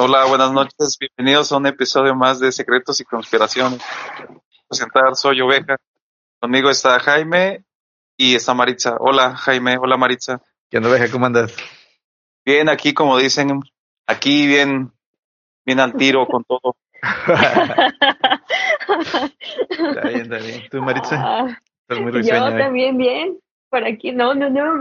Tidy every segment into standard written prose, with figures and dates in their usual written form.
Hola, buenas noches. Bienvenidos a un episodio más de Secretos y Conspiraciones. Presentar, soy Oveja. Conmigo está Jaime y está Maritza. Hola, Jaime. Hola, Maritza. ¿Qué onda, Oveja? ¿Cómo andas? Bien, aquí, como dicen, aquí bien al tiro con todo. Está bien. ¿Tú, Maritza? Ah, Estás muy yo risueña hoy. también bien. Por aquí, no,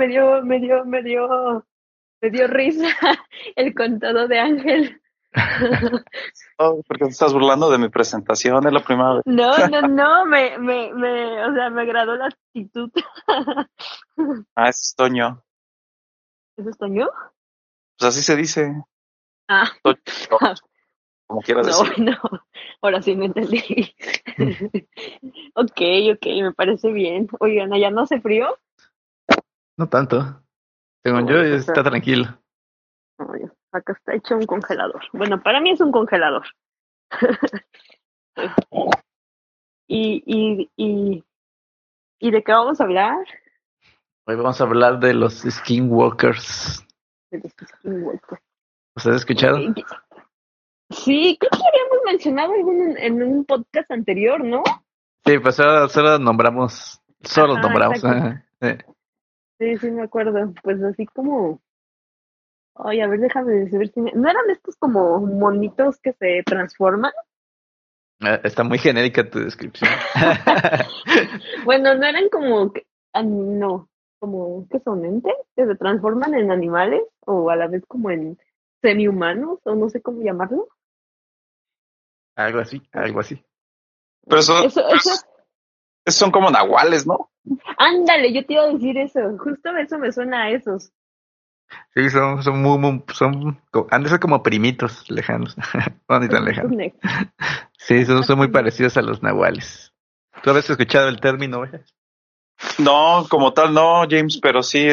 me dio risa el contado de Ángel. Oh, ¿por qué te estás burlando de mi presentación? Es la primera vez. No, o sea, me agradó la actitud. Ah, es Toño. ¿Eso es Toño? Pues así se dice. Ah, Toño, como quieras no, decir. bueno, ahora sí me entendí. Ok, me parece bien. Oigan, ¿allá no hace frío? No tanto. Según yo, Bueno, pues está tranquilo. ay, acá está hecho un congelador. Bueno, para mí es un congelador. Y, y, y, ¿Y de qué vamos a hablar? Hoy vamos a hablar de los skinwalkers. De los skinwalkers. ¿Los has escuchado? Sí, creo que lo habíamos mencionado en un podcast anterior, ¿no? Sí, pues ahora solo nombramos. Solo Ajá, nombramos. exacto. Ajá. Sí, me acuerdo. Pues así como, ay, a ver, déjame decir si ¿no eran estos como monitos que se transforman? Está muy genérica tu descripción. Bueno, no eran como, no, como, ¿qué son? ¿Entes? ¿Que se transforman en animales? O a la vez como en semi-humanos, o no sé cómo llamarlo. Algo así. Pero eso, Eso, esos son como nahuales, ¿no? ándale, yo te iba a decir eso, justo eso me suena a esos. Sí, han de ser como primitos lejanos. No, ni tan lejanos. Sí, son muy parecidos a los nahuales. ¿Tú habías escuchado el término, Oveja? No, como tal no, James, pero sí,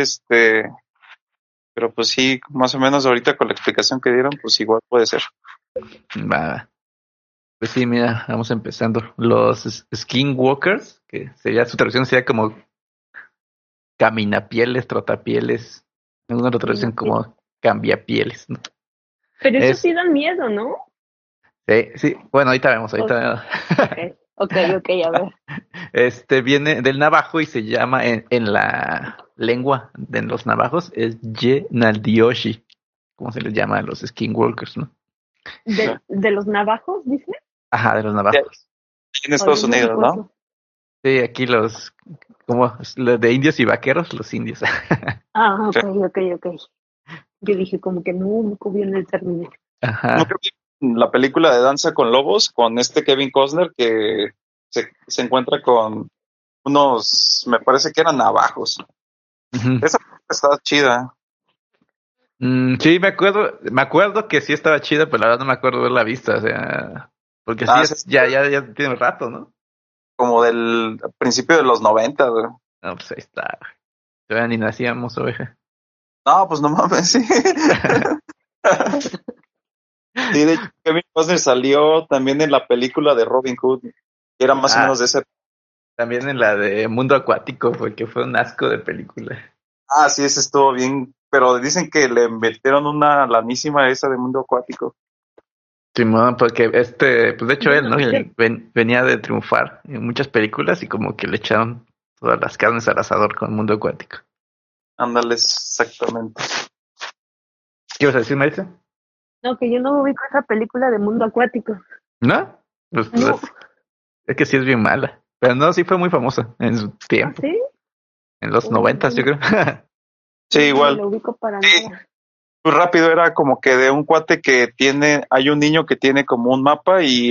pero pues sí, más o menos ahorita con la explicación que dieron, pues igual puede ser. Va. Pues sí, mira, vamos empezando. Los skinwalkers, que sería su traducción sería como caminapieles, trotapieles. Algunos lo traducen como cambiapieles, ¿no? Pero eso Es, sí dan miedo, ¿no? sí, bueno, ahorita vemos. Ok, a ver. Viene del navajo y se llama en la lengua de los navajos, es Yenaldioshi, como se les llama a los skinwalkers, ¿no? De los navajos, dice? Ajá, de los Sí, navajos. en Oye, Estados es muy Unidos, ¿no? rico. Sí, aquí como los de indios y vaqueros, los indios. Ah, Sí. ok. Yo dije como que no ubico bien el término. ¿No Ajá. creo que la película de Danza con Lobos con este Kevin Costner que se encuentra con unos, me parece que eran navajos? Ujú. Esa está chida. Sí, me acuerdo que sí estaba chida, pero la verdad no me acuerdo de haberla vista, o sea, porque sí Ah, sí, es, ya tiene un rato, ¿no? como del principio de los 90, güey. No, pues ahí está. Todavía ni nacíamos, Oveja. No, pues no mames, sí. Sí, de hecho, Kevin Costner salió también en la película de Robin Hood, que era más o menos Ah, de ese. también en la de Mundo Acuático, porque fue un asco de película. Ah, sí, ese estuvo bien, pero dicen que le metieron una lanísima a esa de Mundo Acuático. Simón, porque pues de hecho él, ¿no? Yo, Él venía de triunfar en muchas películas y como que le echaron todas las carnes al asador con Mundo Acuático. Ándale, exactamente. ¿Qué ibas a decir, Maritza? no, que yo no ubico esa película de mundo acuático. ¿No? Pues, No, es que sí es bien mala. Pero no, sí fue muy famosa en su ¿ah, tiempo. sí? En los noventas, yo No, creo. Sí, no igual. lo ubico para Sí, nada. muy rápido era como que de un cuate que hay un niño que tiene como un mapa y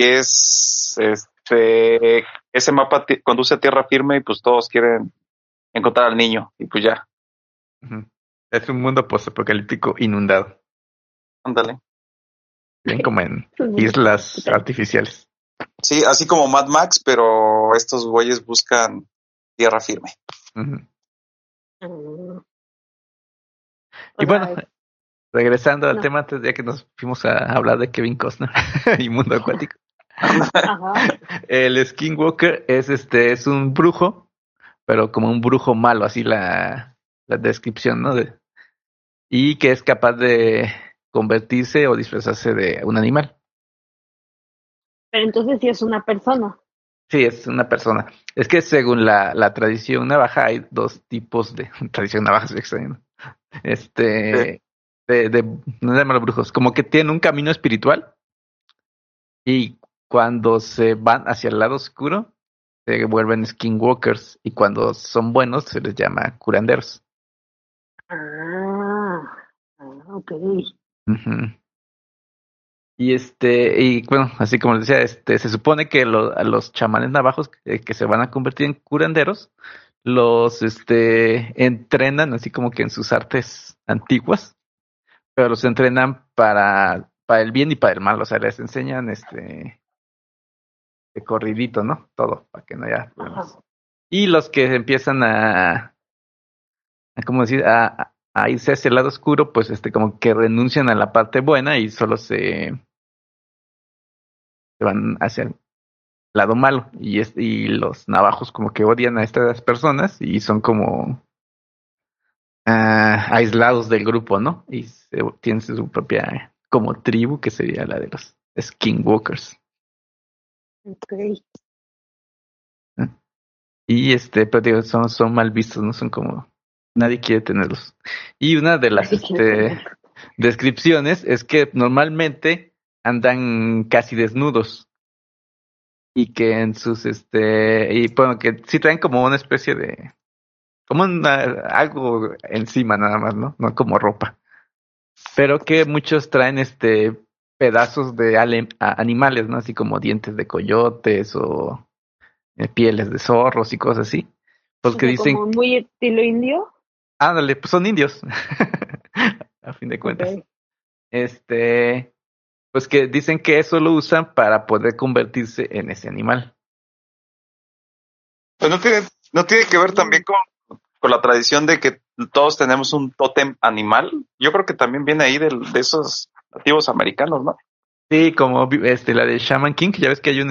ese mapa conduce a tierra firme y pues todos quieren encontrar al niño y pues ya, Ujú. Es un mundo postapocalíptico inundado. ándale. Bien como en Es un mundo islas post-apocalíptico. artificiales. Sí, así como Mad Max, pero estos güeyes buscan tierra firme. Ujú. Ah, Y o bueno, sea, regresando al no. tema antes ya que nos fuimos a hablar de Kevin Costner y mundo acuático. Ajá. El Skinwalker es un brujo, pero como un brujo malo, así la descripción, ¿no? Y que es capaz convertirse o disfrazarse de un animal. Pero entonces sí es una persona. Sí, es una persona. Es que según la tradición navaja hay dos tipos de tradición navaja, estoy extraño. Sí. No llamarlo brujos, como que tienen un camino espiritual y cuando se van hacia el lado oscuro se vuelven skinwalkers y cuando son buenos se les llama curanderos. Ok. Ujú. Y bueno, así como les decía, se supone que a los chamanes navajos que se van a convertir en curanderos, los entrenan así como que en sus artes antiguas, pero los entrenan para el bien y para el mal, o sea, les enseñan de corridito, ¿no? Todo, para que no haya problemas. Ajá. Y los que empiezan ¿cómo decir? A irse hacia el lado oscuro, pues como que renuncian a la parte buena y solo se van hacia el lado malo. Y los navajos como que odian a estas personas y son como aislados del grupo, ¿no? Y tienen su propia como tribu que sería la de los skinwalkers. Ok. ¿No? Y pero digo, son mal vistos, ¿no? Son como nadie quiere tenerlos. Y una de las Nadie quiere tenerlo. descripciones es que normalmente andan casi desnudos y que en sus y bueno, que sí traen como una especie de como algo encima nada más, ¿no? No como ropa. Pero que muchos traen pedazos de animales, ¿no? Así como dientes de coyotes o pieles de zorros y cosas así. O Porque sea, como dicen, muy estilo indio. ándale, pues son indios, a fin de cuentas. Ok. Pues que dicen que eso lo usan para poder convertirse en ese animal. Pues no tiene que ver también con la tradición de que todos tenemos un tótem animal. Yo creo que también viene ahí de esos nativos americanos, ¿no? Sí, como la de Shaman King, ya ves que hay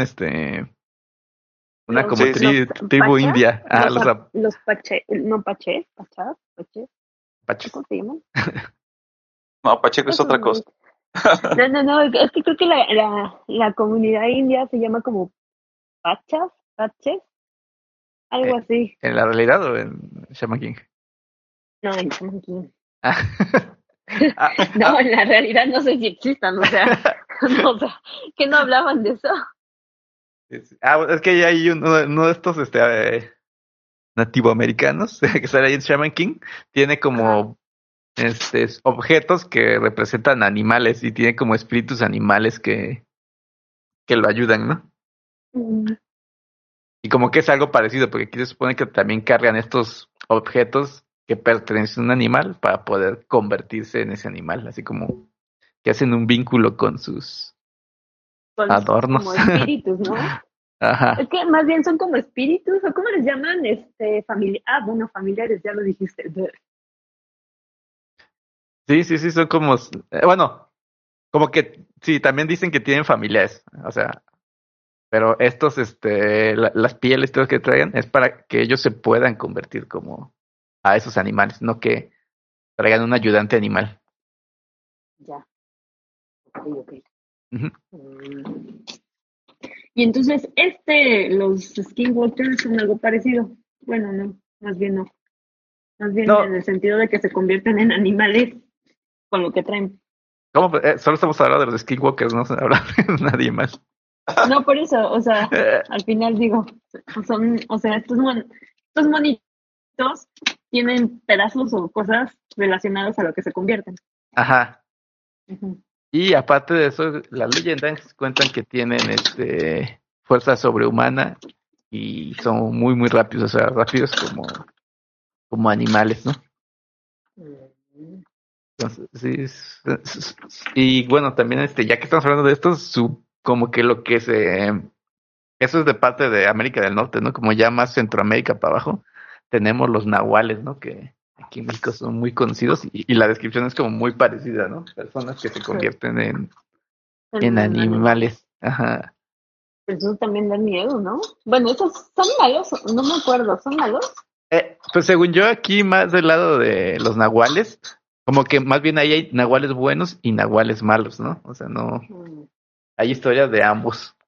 una Los, como Sí, sí. los tribu pachas, india, los pache, no pache, pachas, pache, apaches. ¿cómo se llaman? No, Pacheco es Esos otra cosa. güeyes. No, es que creo que la comunidad india se llama como pachas, paches, algo Eh, así. ¿En la realidad o en Shaman King? No, en Shaman King. Ah, ah, No, ah. en la realidad no sé si existan, o sea, no, o sea, que no hablaban de eso. Es que ya hay uno de estos nativoamericanos que sale ahí en Shaman King, tiene Ajá. como objetos que representan animales y tiene como espíritus animales que lo ayudan, ¿no? Mm. Y como que es algo parecido, porque aquí se supone que también cargan estos objetos que pertenecen a un animal para poder convertirse en ese animal, así como que hacen un vínculo con sus Como adornos. espíritus, ¿no? Es Ajá. que más bien son como espíritus, o cómo les llaman, familia, bueno, familiares, ya lo dijiste. Sí, sí, sí, son como, bueno, como que sí, también dicen que tienen familiares, o sea, pero estos, las pieles todo que traigan es para que ellos se puedan convertir como a esos animales, no que traigan un ayudante animal. Ya, ok. Ujú. Mm. Y entonces, los skinwalkers son algo parecido. Bueno, no, más bien no. Más bien en No, el sentido de que se convierten en animales con lo que traen. ¿cómo? Solo estamos hablando de los skinwalkers, no se habla de nadie más. No, por eso, o sea, Eh, al final digo, o sea, estos monitos tienen pedazos o cosas relacionadas a lo que se convierten. Ajá. Ujú. Y aparte de eso, las leyendas cuentan que tienen fuerza sobrehumana y son muy, muy rápidos, o sea, rápidos como animales, ¿no? Mm. Entonces, sí, y bueno, también ya que estamos hablando de esto, como que eso es de parte de América del Norte, ¿no? Como ya más Centroamérica para abajo, tenemos los nahuales, ¿no? Que aquí en México son muy conocidos y la descripción es como muy parecida, ¿no? Personas que se convierten en En animales. animales. Ajá. Pero esos también dan miedo, ¿no? Bueno, esos son malos, no me acuerdo, ¿son malos? Pues según yo aquí más del lado de los nahuales, Como que más bien ahí hay nahuales buenos y nahuales malos, ¿no? O sea, no, hay historias de ambos.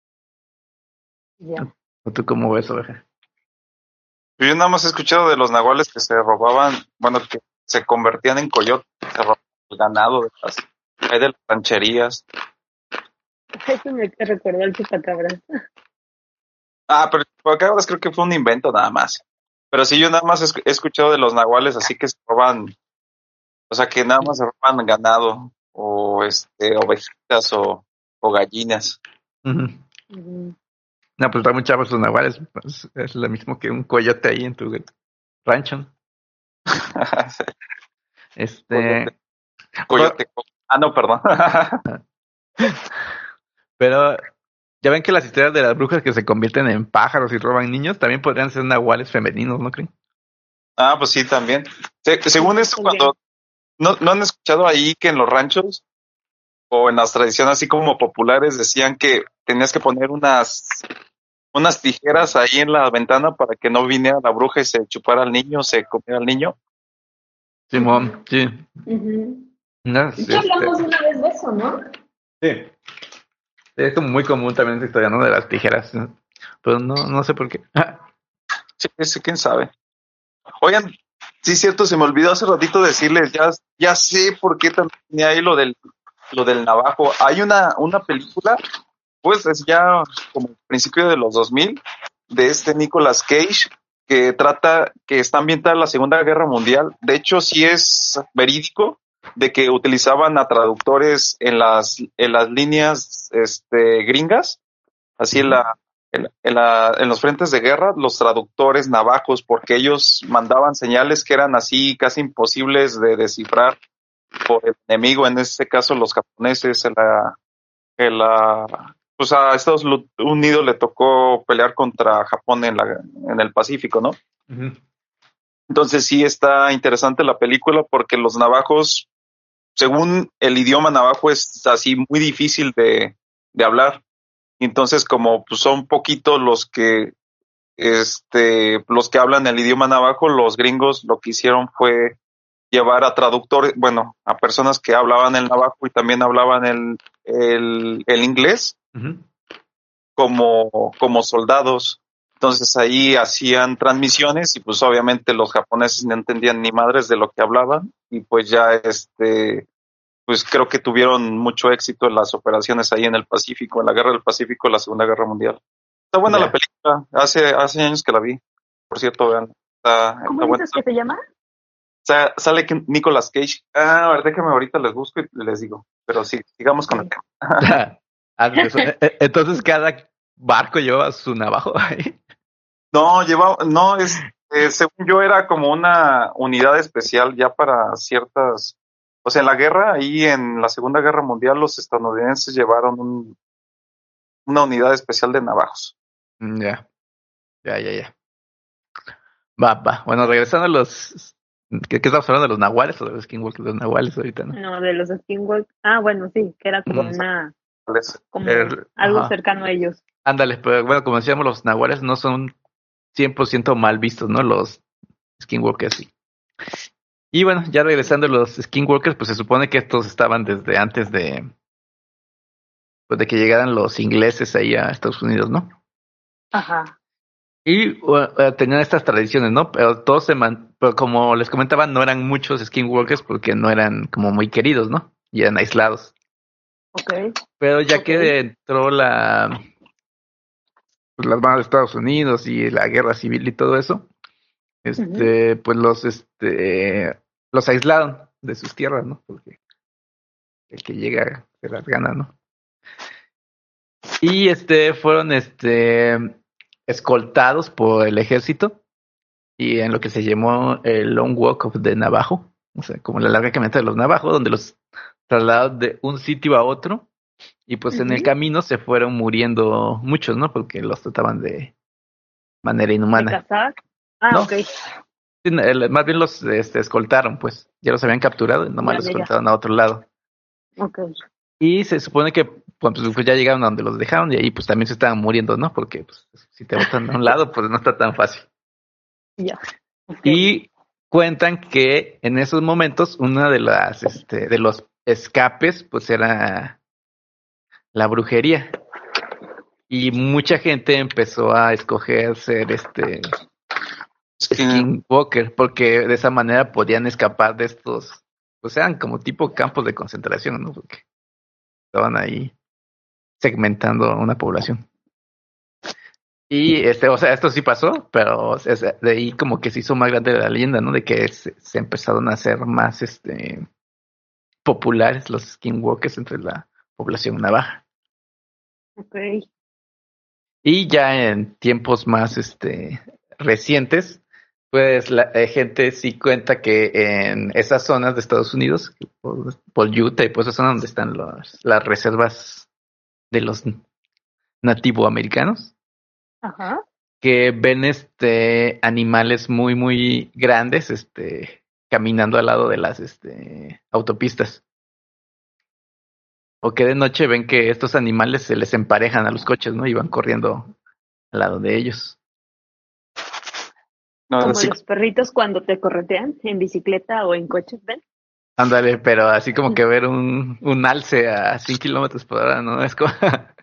Ya. ¿O tú cómo ves, Oveja? Yo nada más he escuchado de los nahuales que se robaban, bueno, que se convertían en coyotes, se robaban el ganado de las rancherías. Eso me recordó al chupacabras. Ah, pero acá ahora creo que fue un invento nada más. Pero sí, yo nada más he escuchado de los nahuales así que se roban, o sea, que nada más se roban ganado o ovejitas o gallinas. Ujú. Ujú. No, pues está muy chavos los nahuales. Pues, es lo mismo que un coyote ahí en tu rancho. Coyote, Este, bueno, coyote. Ah, no, perdón. pero ya ven que las historias de las brujas que se convierten en pájaros y roban niños también podrían ser nahuales femeninos, ¿no creen? Ah, pues sí, también. Según esto, También. cuando no han escuchado ahí que en los ranchos o en las tradiciones así como populares decían que tenías que poner unas tijeras ahí en la ventana para que no viniera la bruja y se chupara al niño, se comiera al niño. Simón, sí. Ujú. No, De hecho, hablamos una vez de eso, ¿no? sí. Es como muy común también esa historia, ¿no? De las tijeras. Pero no sé por qué. Sí, sí, quién sabe. Oigan, sí es cierto, se me olvidó hace ratito decirles, ya sé por qué también tenía ahí lo del navajo. Hay una película, pues es ya como principio de los 2000 de Nicolas Cage, que trata, que está ambientada en la Segunda Guerra Mundial. De hecho, sí es verídico de que utilizaban a traductores en las líneas gringas, así en los frentes de guerra, los traductores navajos, porque ellos mandaban señales que eran así casi imposibles de descifrar por el enemigo, en este caso los japoneses, pues a Estados Unidos le tocó pelear contra Japón en el Pacífico, ¿no? Ujú. Entonces sí está interesante la película porque los navajos, según el idioma navajo, es así muy difícil de hablar. Entonces, como pues, son poquitos los que hablan el idioma navajo, los gringos lo que hicieron fue llevar a traductores, bueno, a personas que hablaban el navajo y también hablaban el inglés Ujú. como soldados. Entonces ahí hacían transmisiones y pues obviamente los japoneses no entendían ni madres de lo que hablaban y pues ya pues creo que tuvieron mucho éxito en las operaciones ahí en el Pacífico, en la Guerra del Pacífico, la Segunda Guerra Mundial. Está buena la Ya. película, hace años que la vi, por cierto, vean, ¿Cómo está buena. dices que se llama? Sale Nicolas Cage. A ver, déjame ahorita les busco y les digo, pero sí, sigamos con el tema. Hazme eso. Entonces cada barco lleva su navajo ahí. No, según yo era como una unidad especial ya para ciertas, o sea, en la guerra, ahí en la Segunda Guerra Mundial, los estadounidenses llevaron una unidad especial de navajos. Ya, ya. Va. Bueno, regresando a los... ¿Qué estamos hablando de los nahuales o de los skinwalkers? De los nahuales ahorita, ¿no? No, de los skinwalkers. Ah, bueno, sí, que era como Ujú. como algo Ajá. cercano a ellos. Ándale, pero bueno, como decíamos, los nahuales no son 100% mal vistos, ¿no? Los skinwalkers sí. Y bueno, ya regresando a los skinwalkers, pues se supone que estos estaban desde antes pues, de que llegaran los ingleses ahí a Estados Unidos, ¿no? Ajá. Y tenían estas tradiciones, ¿no? Pero pero como les comentaba, no eran muchos skinwalkers porque no eran como muy queridos, ¿no? Y eran aislados. Ok. Pero ya Ok. que entró pues las manos de Estados Unidos y la guerra civil y todo eso, Ujú. pues los aislaron de sus tierras, ¿no? Porque el que llega se las gana, ¿no? Y fueron escoltados por el ejército y en lo que se llamó el Long Walk of the Navajo, o sea, como la larga caminata de los navajos, donde los trasladaron de un sitio a otro y pues en el Ujú. camino se fueron muriendo muchos, ¿no? Porque los trataban de manera ¿De inhumana. cazar? Ah, No, ok. más bien los escoltaron, pues ya los habían capturado y nomás Ya, los ya, ya. escoltaron a otro lado. Ok. Y se supone que pues ya llegaron a donde los dejaron y ahí pues también se estaban muriendo, ¿no? Porque pues, si te botan a un lado, pues no está tan fácil. Ya. Ok. Y cuentan que en esos momentos una de las de los escapes pues era la brujería y mucha gente empezó a escoger ser skinwalker porque de esa manera podían escapar de estos, pues eran como tipo campos de concentración, ¿no? Porque estaban ahí segmentando a una población. Y o sea, esto sí pasó, pero de ahí como que se hizo más grande la leyenda, ¿no? De que se empezaron a hacer más populares los skinwalkers entre la población navaja. Okay. Y ya en tiempos más recientes, pues la gente sí cuenta que en esas zonas de Estados Unidos, por Utah y por esas zonas donde están las reservas de los nativoamericanos, Ajá. que ven animales muy muy grandes caminando al lado de las autopistas, o que de noche ven que estos animales se les emparejan a los coches, ¿no? Y van corriendo al lado de ellos. No, Como así, los perritos cuando te corretean en bicicleta o en coches, ¿ven? Ándale, pero así como que ver un alce a 100 kilómetros por hora, ¿no? Es como...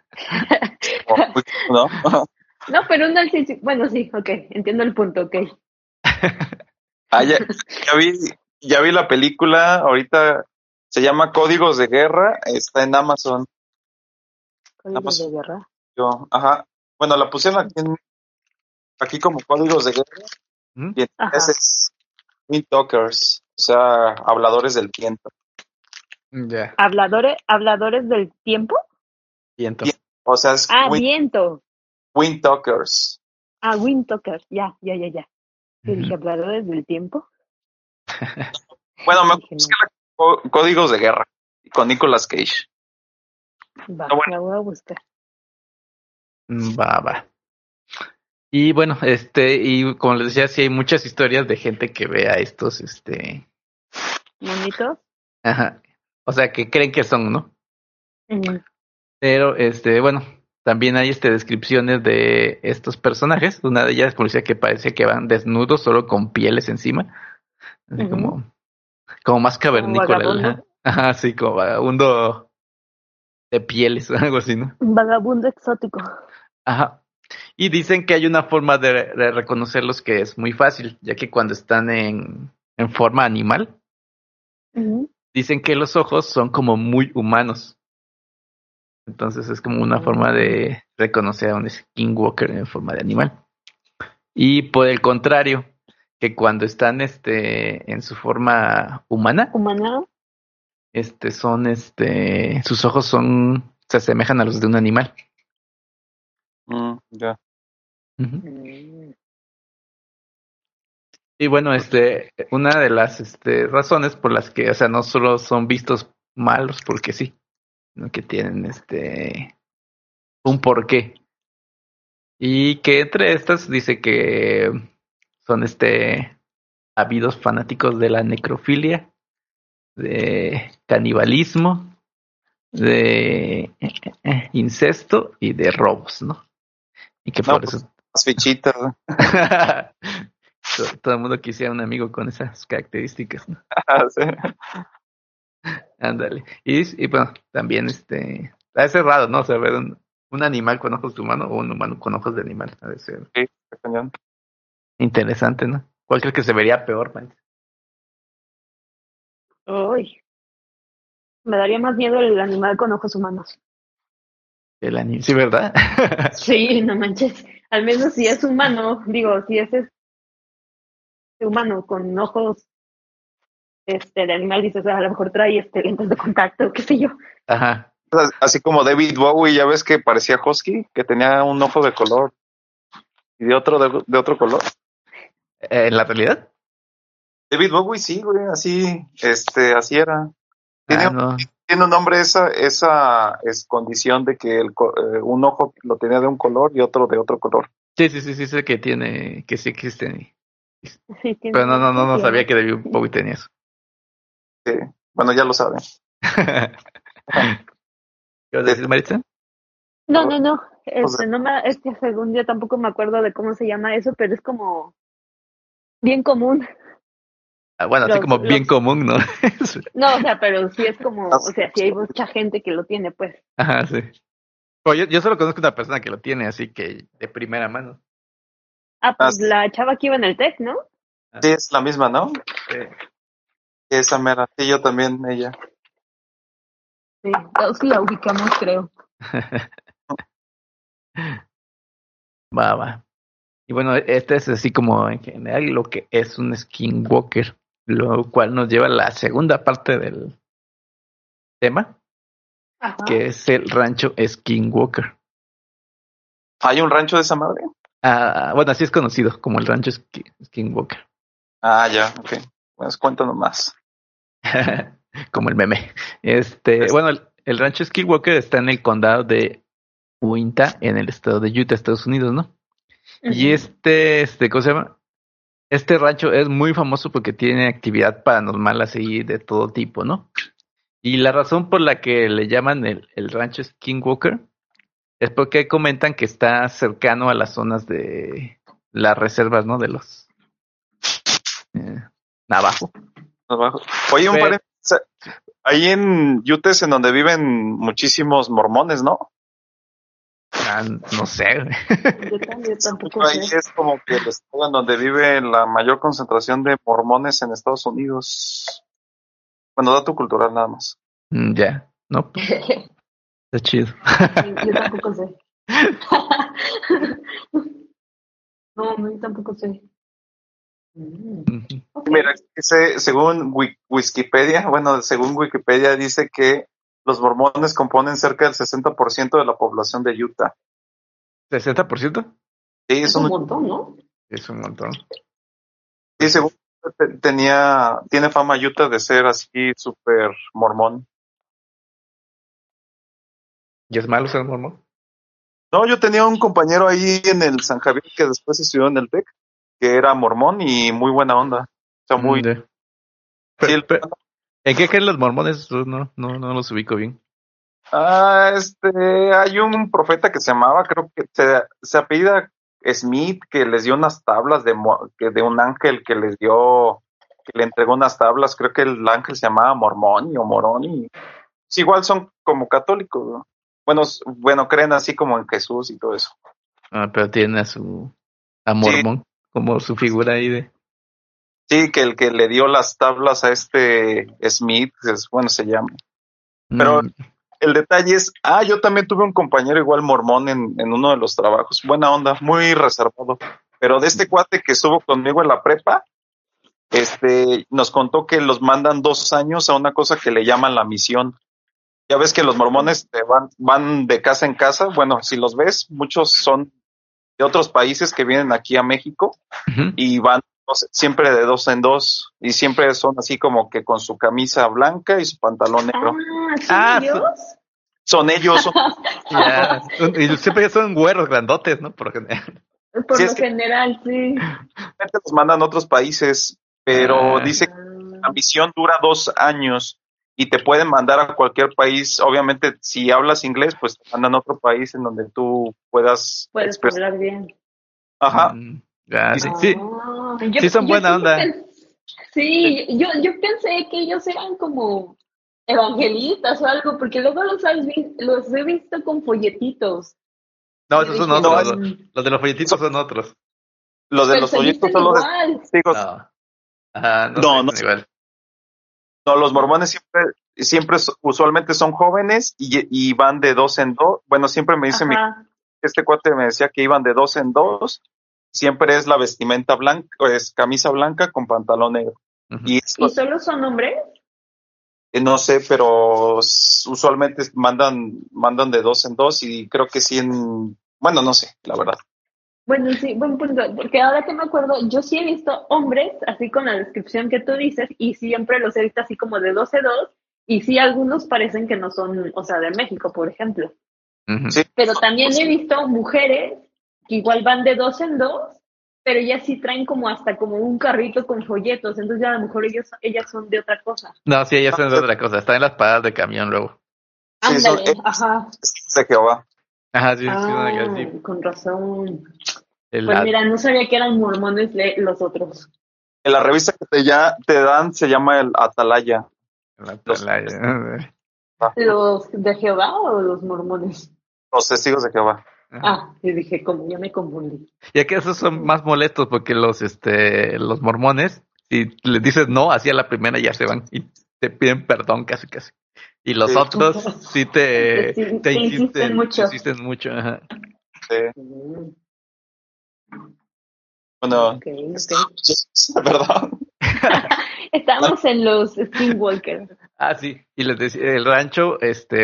¿no? No, pero un alce, bueno, sí, ok, entiendo el punto, ok. Ah, ya vi la película, ahorita se llama Códigos de Guerra, está en Amazon. Códigos de guerra. Ajá. Bueno, la pusieron aquí como Códigos de Guerra ¿Mm? y Ajá. entonces es Wind Talkers, o sea, habladores del viento. Ya, ¿Habladores del tiempo? viento. O sea, es Viento. Wind Talkers. Wind Talkers, ya. Yo dije, Ujú. ¿habladores del tiempo? Bueno, me Dije, busqué no, Códigos de Guerra con Nicolas Cage. va, Ah, bueno, la voy a buscar. Va. Y bueno, y como les decía, sí hay muchas historias de gente que ve a estos, ¿Monitos? ajá, o sea, que creen que son, ¿no? Ujú. Pero, bueno, también hay, descripciones de estos personajes. Una de ellas, policía, que parece que van desnudos, solo con pieles encima, así Ujú. como más Como cavernícola, vagabundo. ajá, sí, como vagabundo de pieles, algo así, ¿no? Un vagabundo exótico. Ajá. Y dicen que hay una forma de reconocerlos que es muy fácil, ya que cuando están en forma animal, Ujú. dicen que los ojos son como muy humanos. Entonces es como una forma Mm. de reconocer a un skinwalker en forma de animal. Y por el contrario, que cuando están en su forma humana, ¿Humana? sus ojos se asemejan a los de un animal. ya. Ujú. Mm. Y bueno, una de las razones por las que, o sea, no solo son vistos malos porque sí, sino que tienen un porqué. Y que entre estas dice que son habidos fanáticos de la necrofilia, de canibalismo, de incesto y de robos, ¿no? Y que No, por pues eso las fichitas. todo el mundo quisiera un amigo con esas características, ¿no? Sí. Ándale. Y bueno, también es raro, ¿no? O sea, ver un animal con ojos de humano o un humano con ojos de animal. Ha de ser Sí, está cañón. interesante, ¿no? ¿Cuál crees que se vería peor, man? Uy, me daría más miedo el animal con ojos humanos. El anime, sí, ¿verdad? Sí, no manches. Al menos si es humano, digo, si es este humano con ojos, el animal dices, a lo mejor trae lentes de contacto, qué sé yo. Ajá. Así como David Bowie, ya ves que parecía husky, que tenía un ojo de color y de otro color. ¿En la realidad? David Bowie, sí, güey, así era. Tiene, Ah, no. tiene un nombre esa es condición de que un ojo lo tenía de un color y otro de otro color. Sí, sé que sí existe. Sí, Pero tiene, ¿cómo no se llama? sabía que David Bowie tenía eso. Sí. Bueno, ya lo saben. ¿Qué vas a De decir, Maritza? No, ojos de- no me, es que según yo tampoco me acuerdo de cómo se llama eso, pero es como bien común. Bueno, así como bien común, ¿no? No, o sea, pero sí es como, o sea, sí hay mucha gente que lo tiene, pues. Ajá, sí. Pero yo solo conozco una persona que lo tiene, así que de primera mano. Ah, pues la chava que iba en el TEC, ¿no? Sí, es la misma, ¿no? Sí. Esa mera. Sí, yo también, ella. Sí, todos la ubicamos, creo. Va. Y bueno, este es así como en general lo que es un skinwalker, lo cual nos lleva a la segunda parte del tema, Ajá. que es el rancho Skinwalker. ¿Hay un rancho de esa madre? Bueno, así es conocido como el rancho Skinwalker, Ah, ya, ok. Pues cuéntanos más. como el meme. Bueno, el rancho Skinwalker está en el condado de Uinta, en el estado de Utah, Estados Unidos, ¿no? Y ¿cómo se llama? Este rancho es muy famoso porque tiene actividad paranormal así de todo tipo, ¿no? Y la razón por la que le llaman el rancho Skinwalker es porque comentan que está cercano a las zonas de las reservas, ¿no? De los Navajo. Abajo. Oye, un Pero, paréntesis. Ahí en Utah es en donde viven muchísimos mormones, ¿no? no sé. Yo tampoco Ahí sé. es como que el estado en donde vive la mayor concentración de mormones en Estados Unidos. Bueno, dato cultural nada más. Ya, no, pues, está chido. Yo tampoco sé. No, yo tampoco sé. Okay. Mira, dice, según Wikipedia, bueno, según Wikipedia dice que los mormones componen cerca del 60% de la población de Utah. ¿60%? Sí, Es un montón, ¿no? Es un montón. sí, según tiene fama Utah de ser así súper mormón. ¿Y es malo ser mormón? No, yo tenía un compañero ahí en el San Javier que después estudió en el TEC, que era mormón y muy buena onda. O sea, muy... Ya. Sí, ¿En qué creen los mormones? No los ubico bien. hay un profeta que se llamaba, creo que se apellida Smith, que les dio unas tablas de un ángel que les dio, que le entregó unas tablas, creo que el ángel se llamaba Mormoni o Moroni. Sí, igual son como católicos, ¿no? Bueno, creen así como en Jesús y todo eso. Pero tiene a Sí, Mormón como su figura ahí de... sí, que el que le dio las tablas a este Smith, bueno, se llama. Pero Mm, el detalle es, yo también tuve un compañero igual mormón en uno de los trabajos, buena onda, muy reservado. Pero de este cuate que estuvo conmigo en la prepa, nos contó que los mandan 2 años a una cosa que le llaman la misión. Ya ves que los mormones van de casa en casa. Bueno, si los ves, muchos son de otros países que vienen aquí a México ujú. y van siempre de dos en dos y siempre son así como que con su camisa blanca y su pantalón negro. ¿Son ellos? Son ellos, Ya. Y siempre son güeros grandotes, ¿no? Por lo general. Por sí, lo es que general, sí. los mandan a otros países, pero dice que la Ah, misión dura 2 años y te pueden mandar a cualquier país. Obviamente, si hablas inglés, pues te mandan a otro país en donde tú puedas puedes expresar. hablar bien. Ajá. Ya, Y sí, sí, sí. Sí son Yo buena siempre onda. pensé, sí, yo pensé que ellos eran como evangelistas o algo, porque luego los he visto con folletitos. No, Y yo esos son dije, no, otros. Los de los folletitos son otros. los de pero los se folletos visten son los igual. testigos. No. Ajá, no se No, no, dicen igual. no, los mormones siempre usualmente son jóvenes y van de dos en dos. Bueno, siempre me dice Ajá. este cuate me decía que iban de dos en dos. Siempre es la vestimenta blanca, es camisa blanca con pantalón negro. Ujú. Y ¿Y solo son hombres? no sé, pero usualmente mandan de dos en dos y creo que sí bueno, no sé, la verdad. Bueno, sí, buen punto, porque ahora que me acuerdo, yo sí he visto hombres así con la descripción que tú dices y siempre los he visto así como de 12-2 y sí algunos parecen que no son, o sea, de México, por ejemplo. Ujú. Sí, Pero también he visto mujeres que igual van de 2 en 2, pero ellas sí traen como hasta como un carrito con folletos, entonces ya a lo mejor ellas son de otra cosa. No, sí, ellas son de otra cosa. Están en las paradas de camión luego. sí, son Ándale, ajá. de Jehová. Ajá, sí, sí, son acá, Ah, sí. con razón. El, Pues mira, no sabía que eran mormones los otros. En la revista que te dan se llama el Atalaya. ¿Los de Jehová o los mormones? Los testigos de Jehová. Ah, y dije, como ya me confundí. Ya que esos son más molestos porque los mormones, si les dices no, así a la primera ya se van y te piden perdón casi. Y los Sí. otros sí te insisten mucho. insisten mucho. Ajá. Sí. Mm, Bueno, ok. perdón. Estamos en los Skinwalker. Ah, sí. Y les decía, el rancho,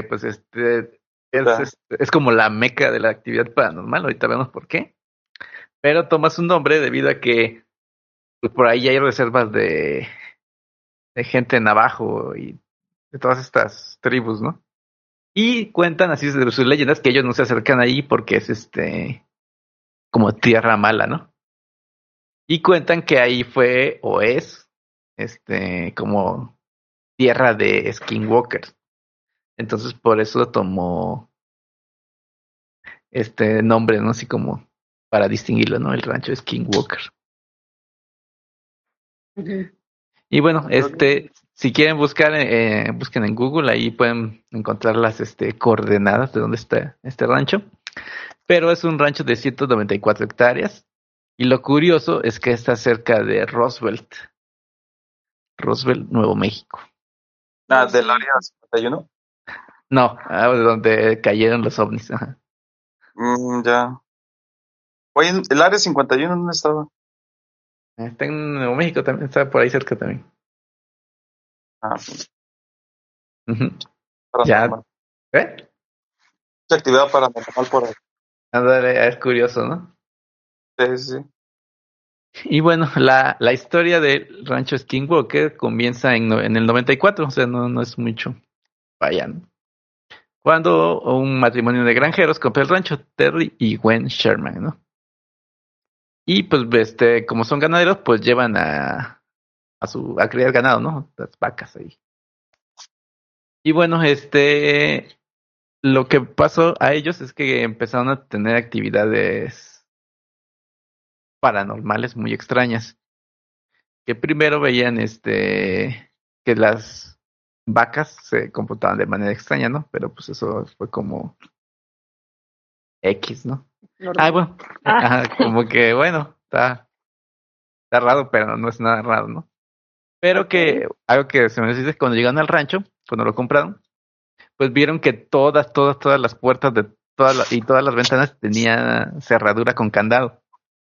es como la meca de la actividad paranormal. Ahorita vemos por qué. Pero toma su nombre debido a que pues, por ahí hay reservas de gente navajo y de todas estas tribus, ¿no? Y cuentan así de sus leyendas que ellos no se acercan ahí porque es como tierra mala, ¿no? Y cuentan que ahí fue o es como tierra de skinwalkers. Entonces por eso tomó este nombre, ¿no? Así como para distinguirlo, ¿no? El rancho Skinwalker. Ujú. Y bueno, si quieren buscar, busquen en Google, ahí pueden encontrar las coordenadas de dónde está este rancho. Pero es un rancho de 194 hectáreas. Y lo curioso es que está cerca de Roswell, Nuevo México. Del área 51. No, donde cayeron los ovnis. Ajá. Ya. Oye, el área 51, ¿dónde estaba? Está en Nuevo México también, está por ahí cerca también. Uh-huh. Ya, Paranormal. ¿eh? Mucha actividad paranormal por ahí. Ándale, es curioso, ¿no? Sí. Y bueno, la historia del rancho Skinwalker comienza en el 94, o sea, no es mucho. Vayan. Cuando un matrimonio de granjeros compra el rancho, Terry y Gwen Sherman, ¿no? Y pues, como son ganaderos, pues llevan a criar ganado, ¿no? Las vacas ahí. Y bueno, lo que pasó a ellos es que empezaron a tener actividades paranormales muy extrañas. Que primero veían, que las vacas se comportaban de manera extraña, ¿no? Pero pues eso fue como X, ¿no? Normal. Bueno, ajá, como que bueno, está raro, pero no es nada raro, ¿no? Pero Okay. algo que se me dice es cuando llegaron al rancho, cuando lo compraron, pues vieron que todas las puertas de y todas las ventanas tenían cerradura con candado.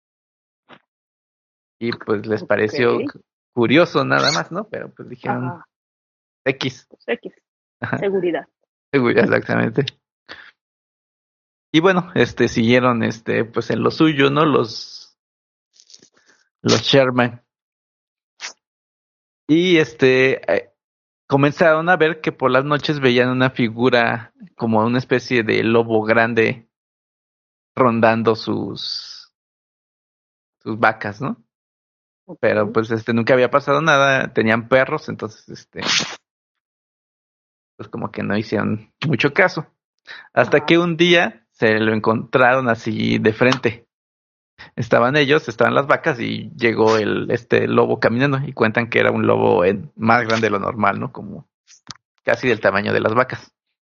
Y pues les pareció curioso nada más, ¿no? Pero pues dijeron X. Pues X. Ajá, Seguridad. exactamente. Y bueno, siguieron, pues en lo suyo, ¿no? Los Sherman. Y comenzaron a ver que por las noches veían una figura como una especie de lobo grande rondando sus vacas, ¿no? Pero pues nunca había pasado nada, tenían perros, entonces pues como que no hicieron mucho caso. Hasta que un día se lo encontraron así de frente. Estaban las vacas y llegó este lobo caminando y cuentan que era un lobo más grande de lo normal, ¿no? Como casi del tamaño de las vacas.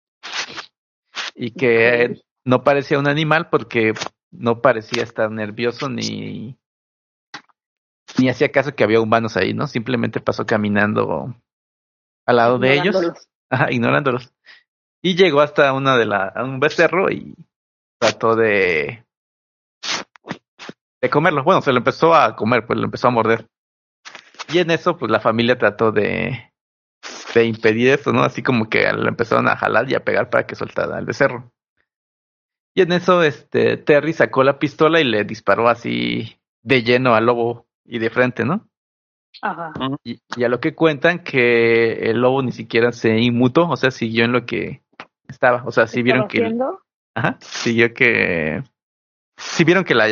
Y que no parecía un animal porque no parecía estar nervioso ni hacía caso que había humanos ahí, ¿no? Simplemente pasó caminando al lado de ellos, ignorándolos. Y llegó hasta a un becerro y trató de comerlo. Bueno, se lo empezó a comer, pues lo empezó a morder. Y en eso, pues la familia trató de impedir eso, ¿no? Así como que lo empezaron a jalar y a pegar para que soltara al becerro. Y en eso, Terry sacó la pistola y le disparó así de lleno al lobo y de frente, ¿no? Ajá. Y a lo que cuentan que el lobo ni siquiera se inmutó, o sea, siguió en lo que estaba. O sea, sí vieron que sí vieron que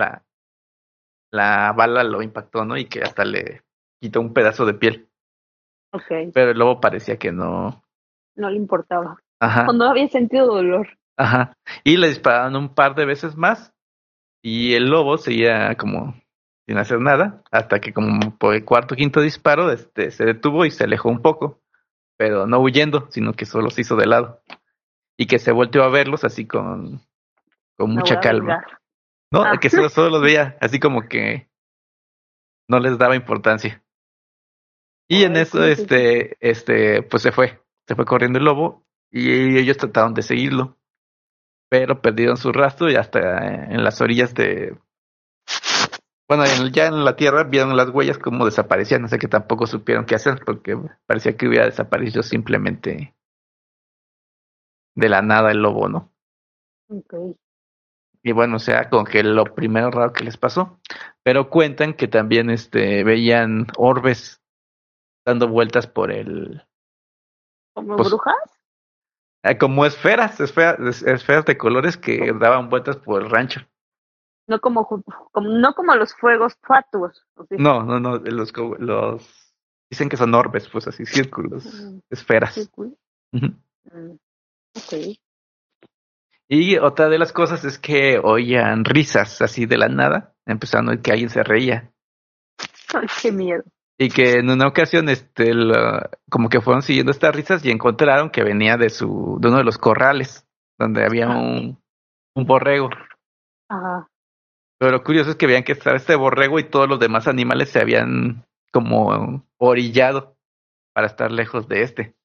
la bala lo impactó, ¿no? Y que hasta le quitó un pedazo de piel. Okay. Pero el lobo parecía que no. No le importaba. Ajá. O no había sentido dolor. Ajá. Y le dispararon un par de veces más. Y el lobo seguía como sin hacer nada, hasta que como por el cuarto o quinto disparo, se detuvo y se alejó un poco, pero no huyendo, sino que solo se hizo de lado. Y que se volteó a verlos así con Me voy mucha a calma. vengar. No, Ah, que solo los veía así como que no les daba importancia. Y en ay, eso, ¿cómo se dice? pues se fue corriendo el lobo y ellos trataron de seguirlo, pero perdieron su rastro y hasta en las orillas bueno, ya en la tierra vieron las huellas como desaparecían, no sé que tampoco supieron qué hacer porque parecía que hubiera desaparecido simplemente de la nada el lobo, ¿no? Ok. Y bueno, o sea, como que lo primero raro que les pasó, pero cuentan que también veían orbes dando vueltas por ¿Como pues brujas? como esferas de colores que daban vueltas por el rancho. No no como los fuegos fatuos. ¿O sí? No, los dicen que son orbes, pues así, círculos, Mm, qué esferas. cool. Ujú. Mm, ok. Y otra de las cosas es que oían risas así de la nada, empezando a oír que alguien se reía. Ay, qué miedo. Y que en una ocasión, como que fueron siguiendo estas risas y encontraron que venía de uno de los corrales, donde había Ah, un borrego. ajá. Pero lo curioso es que veían que estaba este borrego y todos los demás animales se habían como orillado para estar lejos de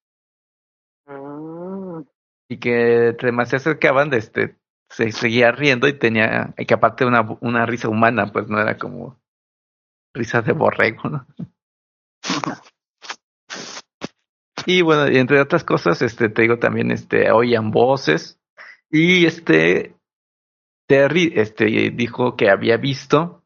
Ah, y que entre más se acercaban, se seguía riendo y que aparte una risa humana, pues no era como risa de borrego, ¿no? Y bueno, y entre otras cosas, te digo también, oían voces y Terry, dijo que había visto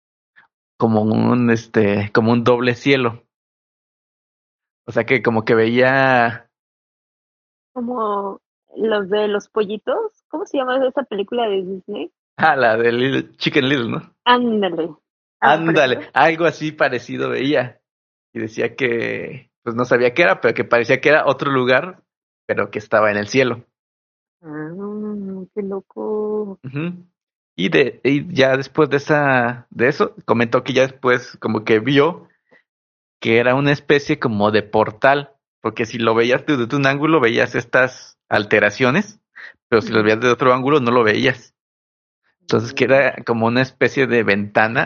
como un doble cielo, o sea que como que veía, como los de los pollitos. ¿Cómo se llama esa película de Disney? la de Chicken Little, ¿no? Ándale. ¿Algo Ándale, parecido? algo así parecido veía. Y decía que, pues no sabía qué era, pero que parecía que era otro lugar, pero que estaba en el cielo. Ah, qué loco. Ujú. Y ya después de eso, comentó que ya después como que vio que era una especie como de portal, porque si lo veías desde un ángulo veías estas alteraciones, pero si lo Ujú. veías de otro ángulo no lo veías. Entonces que Mm, era como una especie de ventana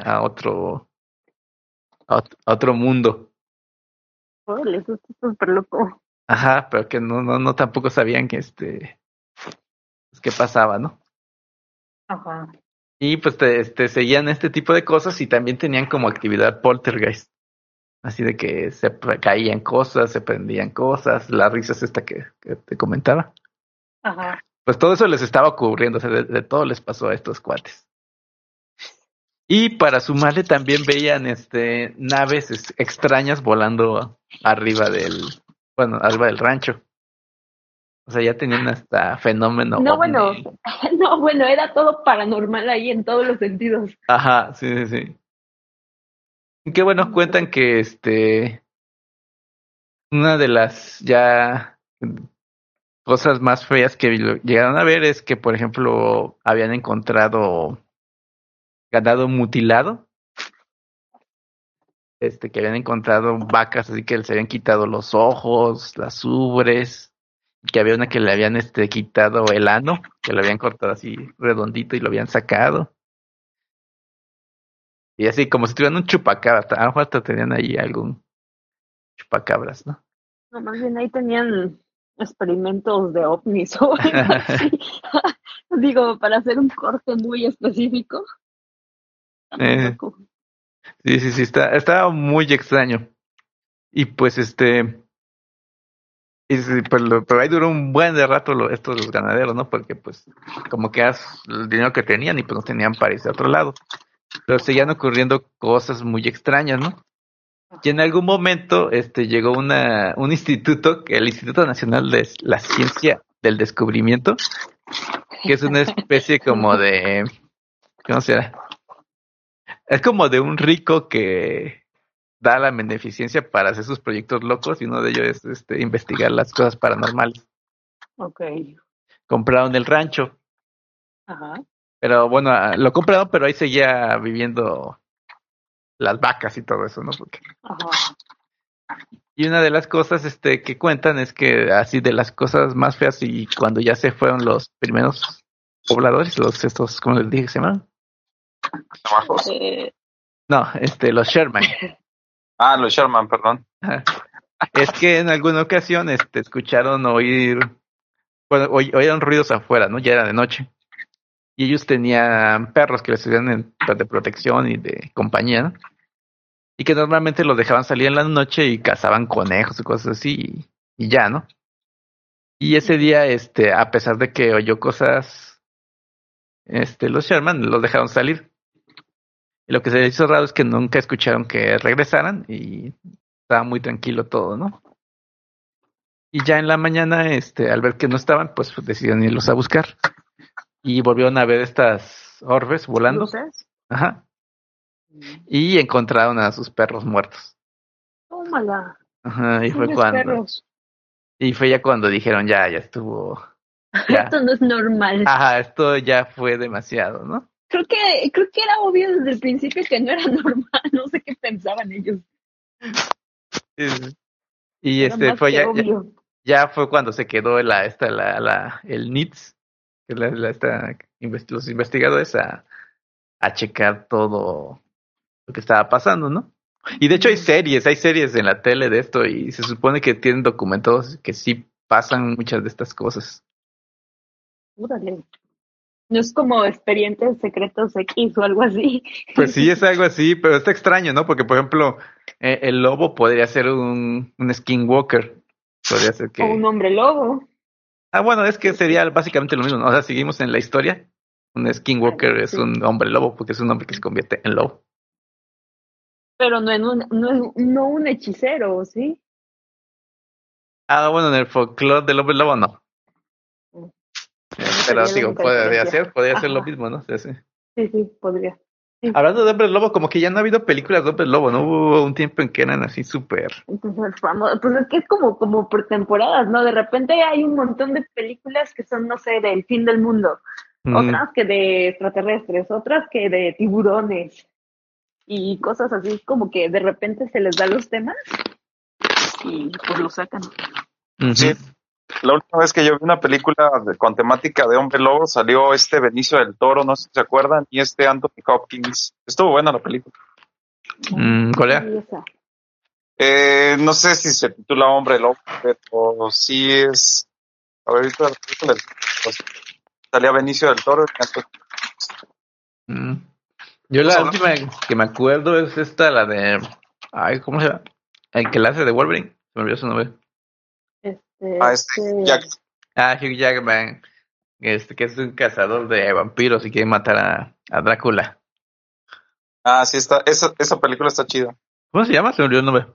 a otro mundo. órale, eso está súper loco. Ajá, pero que no tampoco sabían que pues, qué pasaba, ¿no? Ajá. Y pues seguían este tipo de cosas y también tenían como actividad poltergeist. Así de que caían cosas, se prendían cosas, la risa es esta que te comentaba. Ajá. Pues todo eso les estaba ocurriendo, o sea, de todo les pasó a estos cuates. Y para sumarle también veían naves extrañas volando bueno, arriba del rancho. O sea, ya tenían hasta fenómeno No, bueno, ovni. no, bueno, era todo paranormal ahí en todos los sentidos. Ajá, sí, sí, sí. Y que bueno, Mm, cuentan que una de las ya cosas más feas que llegaron a ver es que, por ejemplo, habían encontrado ganado mutilado, que habían encontrado vacas así que les habían quitado los ojos, las ubres, que había una que le habían quitado el ano, que lo habían cortado así redondito y lo habían sacado. Y así como si tuvieran un chupacabra, a lo mejor hasta tenían ahí algún chupacabras, ¿no? no, más bien ahí tenían experimentos de ovnis o algo así. Digo, para hacer un corte muy específico. Está muy Eh, loco. sí, sí, sí, está muy extraño. Y pues y sí, pero ahí duró un buen de rato estos los ganaderos, ¿no? Porque pues como que es el dinero que tenían y pues no tenían para irse a otro lado. Pero seguían ocurriendo cosas muy extrañas, ¿no? Y en algún momento llegó un instituto, el Instituto Nacional de la Ciencia del Descubrimiento, que es una especie como de, ¿cómo será? Es como de un rico que da la beneficencia para hacer sus proyectos locos y uno de ellos es investigar las cosas paranormales. Ok. Compraron el rancho, Ajá. pero bueno, lo compraron, pero ahí seguía viviendo las vacas y todo eso, ¿no? Porque... Ajá. Y una de las cosas que cuentan es que así de las cosas más feas y cuando ya se fueron los primeros pobladores, estos, ¿cómo les dije? ¿Se llaman? ¿Trabajos? No, los Sherman. Los Sherman, perdón. Ajá. Es que en alguna ocasión escucharon oyeron ruidos afuera, ¿no? Ya era de noche. Y ellos tenían perros que les servían de protección y de compañía, ¿no? Y que normalmente los dejaban salir en la noche y cazaban conejos y cosas así y ya, ¿no? Y ese día, a pesar de que oyó cosas, los Sherman los dejaron salir. Y lo que se les hizo raro es que nunca escucharon que regresaran y estaba muy tranquilo todo, ¿no? Y ya en la mañana, al ver que no estaban, pues decidieron irlos a buscar. Y volvieron a ver estas orbes volando. ¿Luces? Ajá. Y encontraron a sus perros muertos. Tómala. Ajá, y fue Pobres cuando... perros. Y fue ya cuando dijeron, ya estuvo... Ya. Esto no es normal. Ajá, esto ya fue demasiado, ¿no? Creo que era obvio desde el principio que no era normal. No sé qué pensaban ellos. Y Era más fue que obvio. ya fue cuando se quedó el NITS, que es los investigadores a checar todo lo que estaba pasando, ¿no? Y de hecho hay series en la tele de esto y se supone que tienen documentados que sí pasan muchas de estas cosas. Órale. No es como Expedientes Secretos X o algo así. Pues sí, es algo así, pero está extraño, ¿no? Porque, por ejemplo, el lobo podría ser un skinwalker. Podría ser que... O un hombre lobo. Ah, bueno, es que sería básicamente lo mismo, ¿no? O sea, seguimos en la historia. Un skinwalker es un hombre lobo porque es un hombre que se convierte en lobo. Pero no un hechicero, ¿sí? Ah, bueno, en el folclore del hombre lobo no. Pero digo, podría ser lo mismo, ¿no? Sí, sí. Sí, podría. Sí. Hablando de hombres lobo, como que ya no ha habido películas de hombres lobo, ¿no? Hubo un tiempo en que eran así súper... Entonces, pues es que es como por temporadas, ¿no? De repente hay un montón de películas que son, no sé, del fin del mundo. Otras que de extraterrestres, otras que de tiburones y cosas así, como que de repente se les da los temas y pues lo sacan. Sí. La última vez que yo vi una película con temática de hombre lobo salió Benicio del Toro, no sé si se acuerdan, y Anthony Hopkins. Estuvo buena la película. ¿Cuál era? No sé si se titula Hombre Lobo, pero sí es... A ver, ahorita salía Benicio del Toro. Yo la última que me acuerdo es esta, la de... Ay, ¿cómo se llama? El que la hace de Wolverine. Se me olvidó su nombre. Hugh Jackman. Que es un cazador de vampiros y quiere matar a Drácula. Ah, sí está. Esa película está chida. ¿Cómo se llama? Se me olvidó el nombre.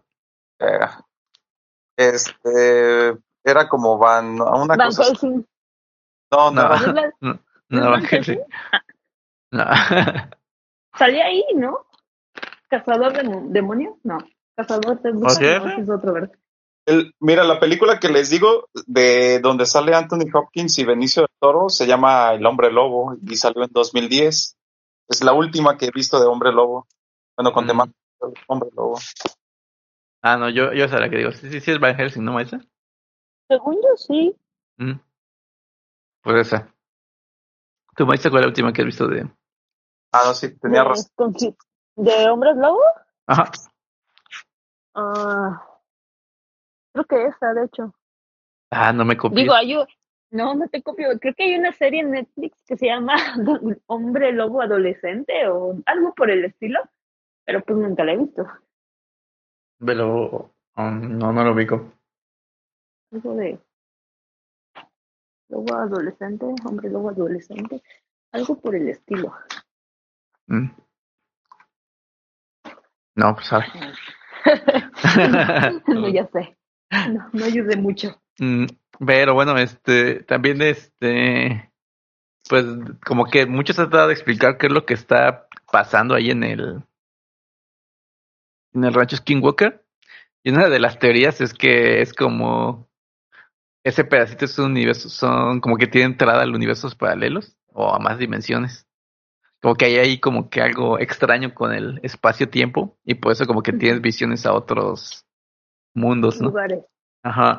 Era como una Van cosa. Helsing. No, Van Helsing. No. Salía ahí, ¿no? ¿Cazador de demonio? No. Cazador de brujas, no, es otro, ¿verdad? Mira, la película que les digo, de donde sale Anthony Hopkins y Benicio del Toro, se llama El Hombre Lobo y salió en 2010. Es la última que he visto de Hombre Lobo. Bueno, con temática de Hombre Lobo. Ah, no, yo sé la que digo. Sí, es Van Helsing, ¿no, Maisa? Según yo, sí. Pues esa. ¿Tú, Maisa, cuál es la última que has visto de...? Ah, no, sí, tenía razón. ¿De Hombres Lobo? Ajá. Creo que esa, de hecho. Ah, no me copies. Digo, no te copio. Creo que hay una serie en Netflix que se llama Hombre Lobo Adolescente o algo por el estilo, pero pues nunca la he visto. Pero no lo ubico. Algo de lobo adolescente, hombre lobo adolescente, algo por el estilo. No, pues sabe. No, ya sé. No ayudé mucho. Pero bueno, también pues como que muchos han tratado de explicar qué es lo que está pasando ahí en el rancho Skinwalker. Y una de las teorías es que es como ese pedacito es un universo, son como que tiene entrada a universos paralelos o a más dimensiones. como que hay ahí como que algo extraño con el espacio-tiempo y por eso como que tienes visiones a otros mundos, ¿no? Lugares. Ajá.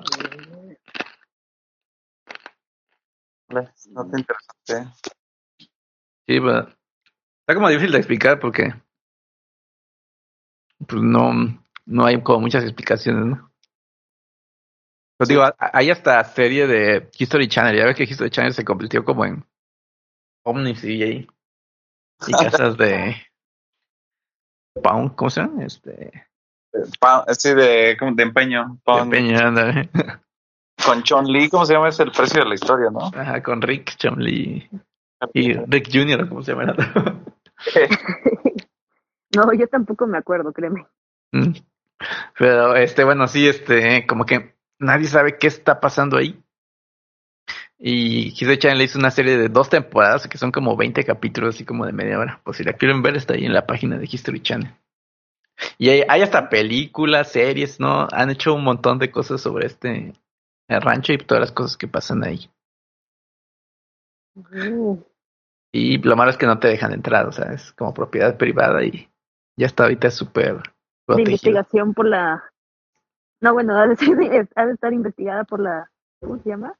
No te interesante. Sí, pero está como difícil de explicar porque pues no hay como muchas explicaciones, ¿no? Pero Sí. digo, hay hasta serie de History Channel. Ya ves que History Channel se convirtió como en Omnis y casas de Pound, ¿cómo se llama? Sí, de empeño. De Peña, ándale. Con Chun Li, ¿cómo se llama? Es el precio de la historia, ¿no? Ajá, con Rick Chomley y Rick Jr., ¿cómo se llama el otro? No, yo tampoco me acuerdo, créeme. Mm. Pero bueno, sí, como que nadie sabe qué está pasando ahí. Y History Channel hizo una serie de 2 temporadas que son como 20 capítulos, así como de media hora. Pues si la quieren ver, está ahí en la página de History Channel. Y hay hasta películas, series, ¿no? Han hecho un montón de cosas sobre el rancho y todas las cosas que pasan ahí. Y lo malo es que no te dejan entrar, o sea, es como propiedad privada y ya está ahorita súper De protegido. investigación por la... No, bueno, ha de estar investigada por la... ¿Cómo se llama?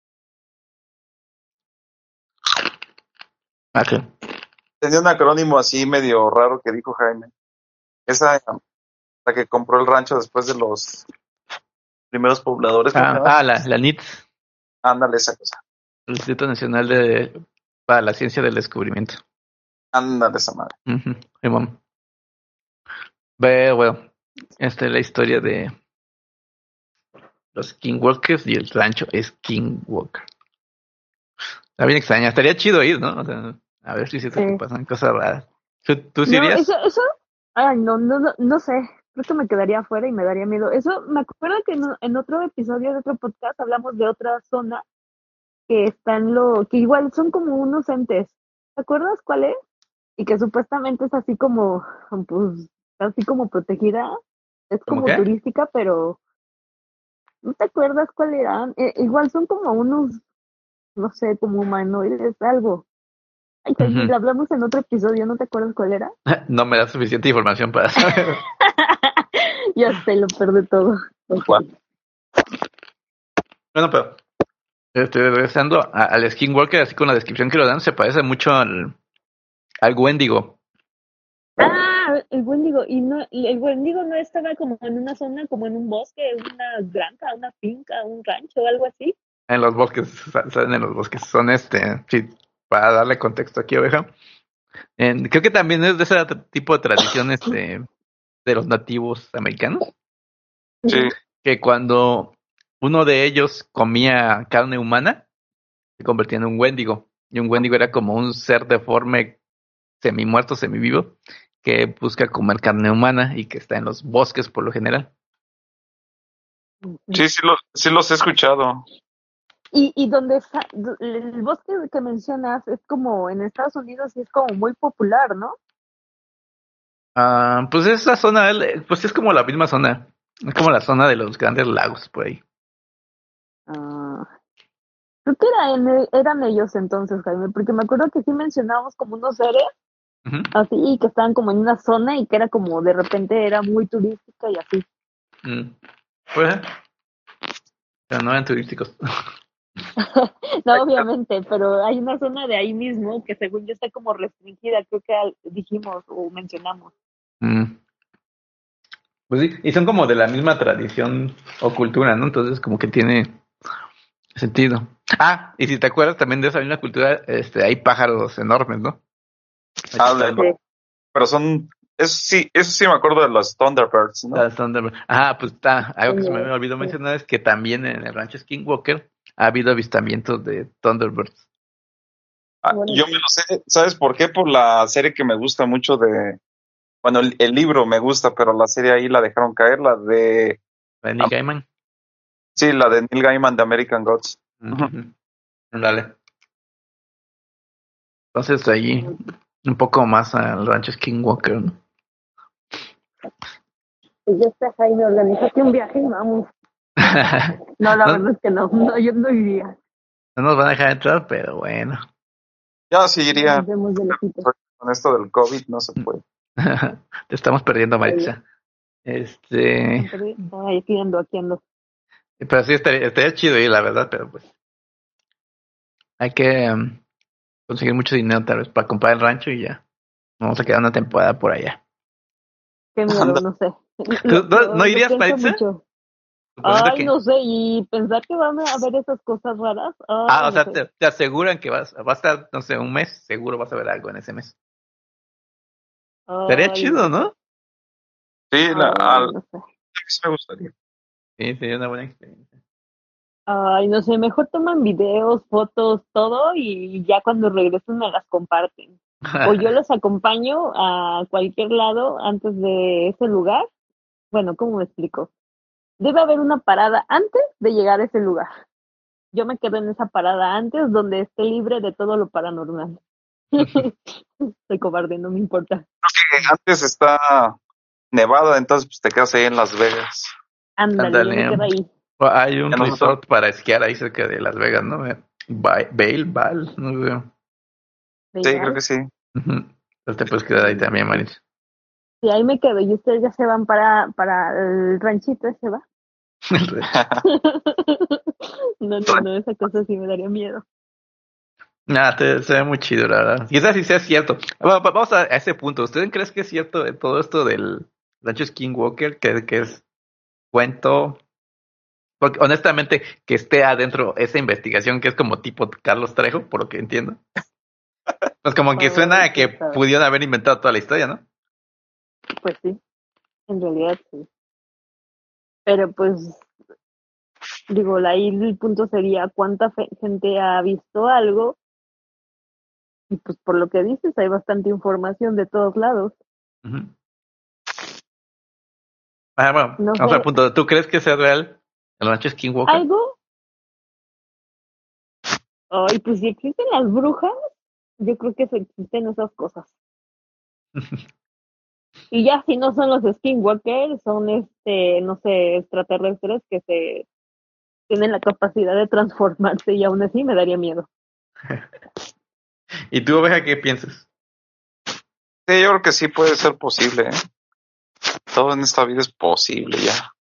Okay. Tenía un acrónimo así medio raro que dijo Jaime. Esa, la que compró el rancho después de los primeros pobladores. ¿Cómo se llama? La NITS, Ándale, esa cosa. el Instituto Nacional para la Ciencia del Descubrimiento. Ándale, esa madre. Simón. Bueno, esta es la historia de los Skinwalkers y el rancho Skinwalker. Está bien extraña, estaría chido ir, ¿no? O sea, a ver si es cierto que pasan cosas raras. ¿Tú sí No, irías? eso, ay, no sé, creo que me quedaría afuera y me daría miedo. Eso, me acuerdo que en otro episodio de otro podcast hablamos de otra zona que que igual son como unos entes. ¿Te acuerdas cuál es? Y que supuestamente es así como, pues, así como protegida, es ¿Cómo como qué? turística, pero ¿no te acuerdas cuál eran? Igual son como unos, no sé, como humanoides, algo. Ay, Jaime, Ujú. le hablamos en otro episodio, ¿no te acuerdas cuál era? No me da suficiente información para saber. Ya sé, lo perdí todo. Ok. Bueno, Bueno, pero regresando al Skinwalker, así con la descripción que lo dan, se parece mucho al Wendigo. Ah, el Wendigo, y el Wendigo no estaba como en una zona, como en un bosque, una granja, una finca, un rancho, algo así. En los bosques, salen en los bosques. Son sí, para darle contexto aquí, oveja. Creo que también es de ese tipo de tradiciones de los nativos americanos, sí. que cuando uno de ellos comía carne humana, se convertía en un Wendigo. Y un Wendigo era como un ser deforme, semi-muerto, semi-vivo, que busca comer carne humana y que está en los bosques por lo general. Sí, sí los he escuchado. Y donde está, el bosque que mencionas es como en Estados Unidos y es como muy popular, ¿no? Pues esa zona, pues es como la misma zona. Es como la zona de los grandes lagos por ahí. Ah, creo que eran ellos entonces, Jaime, porque me acuerdo que sí mencionábamos como unos seres Ujú. así que estaban como en una zona y que era como de repente era muy turística y así. Pues, pero no eran turísticos. No, obviamente, pero hay una zona de ahí mismo que según yo está como restringida, creo que dijimos o mencionamos. Mm. Pues sí, y son como de la misma tradición o cultura, ¿no? Entonces como que tiene sentido. Y si te acuerdas también de esa misma cultura, hay pájaros enormes, ¿no? Habla, Sí. pero eso sí me acuerdo de los Thunderbirds, ¿no? Pues algo que se me olvidó mencionar es que también en el rancho Skinwalker ha habido avistamientos de Thunderbirds. Yo me lo sé, ¿sabes por qué? Por la serie que me gusta mucho bueno, el libro me gusta, pero la serie ahí la dejaron caer, ¿De Neil Gaiman? sí, la de Neil Gaiman de American Gods. Ujú. Ujú. Dale. Entonces ahí un poco más al rancho Skinwalker, ¿no? Y ya está, Jaime, organízate un viaje y vamos. No, la No, verdad es que no, yo no iría. no nos van a dejar entrar, pero bueno. Ya sí iría. Nos vemos de lejito. con esto del COVID no se puede. Te estamos perdiendo, Maritza. Ay, aquí ando. Pero sí estaría chido ir, la verdad, pero pues hay que conseguir mucho dinero tal vez para comprar el rancho y ya. Vamos a quedar una temporada por allá. Qué miedo, no sé. ¿Tú no Lo irías, pienso Maritza? mucho. Suponiendo Ay, que... no sé, y pensar que van a haber esas cosas raras. Ay, O no sea, sé. te aseguran que vas a estar, no sé, un mes, seguro vas a ver algo en ese mes. Estaría Ay, chido, no. ¿no? Sí, Ay, no sé. sí me gustaría. Sí, sería una buena experiencia. Ay, no sé, mejor toman videos, fotos, todo y ya cuando regresen me las comparten. O yo los acompaño a cualquier lado antes de ese lugar. Bueno, ¿cómo me explico? Debe haber una parada antes de llegar a ese lugar. Yo me quedo en esa parada antes donde esté libre de todo lo paranormal. Soy cobarde, no me importa. Antes está Nevada, entonces pues te quedas ahí en Las Vegas. Ándale, yo me Ándale. quedo ahí. Hay un Ya nosotros, resort para esquiar ahí cerca de Las Vegas, ¿no? Val, no sé. Da sí, creo igual. que sí. Ujú. Entonces te puedes quedar ahí también, Maritza. Sí, ahí me quedo y ustedes ya se van para el ranchito ese, ¿va? No, esa cosa sí me daría miedo. Nada, se ve muy chido, la verdad. Quizás sí sea cierto. Bueno, vamos a ese punto. ¿Ustedes creen que es cierto todo esto del rancho Skinwalker? Que es cuento. Porque honestamente, que esté adentro esa investigación que es como tipo Carlos Trejo, por lo que entiendo. Pues como que suena Ay, a que quién sabe. pudieron haber inventado toda la historia, ¿no? Pues sí, en realidad sí. Pero pues, digo, ahí el punto sería cuánta gente ha visto algo y pues por lo que dices hay bastante información de todos lados. Ujú. Bueno, No vamos sé, al punto. ¿Tú crees que sea real el rancho Skinwalker? algo, ay, pues si existen las brujas, yo creo que sí existen esas cosas. Y ya si no son los skinwalkers, son no sé, extraterrestres que se tienen la capacidad de transformarse y aún así me daría miedo. ¿Y tú, oveja, qué piensas? Sí, yo creo que sí puede ser posible, ¿eh? Todo en esta vida es posible ya.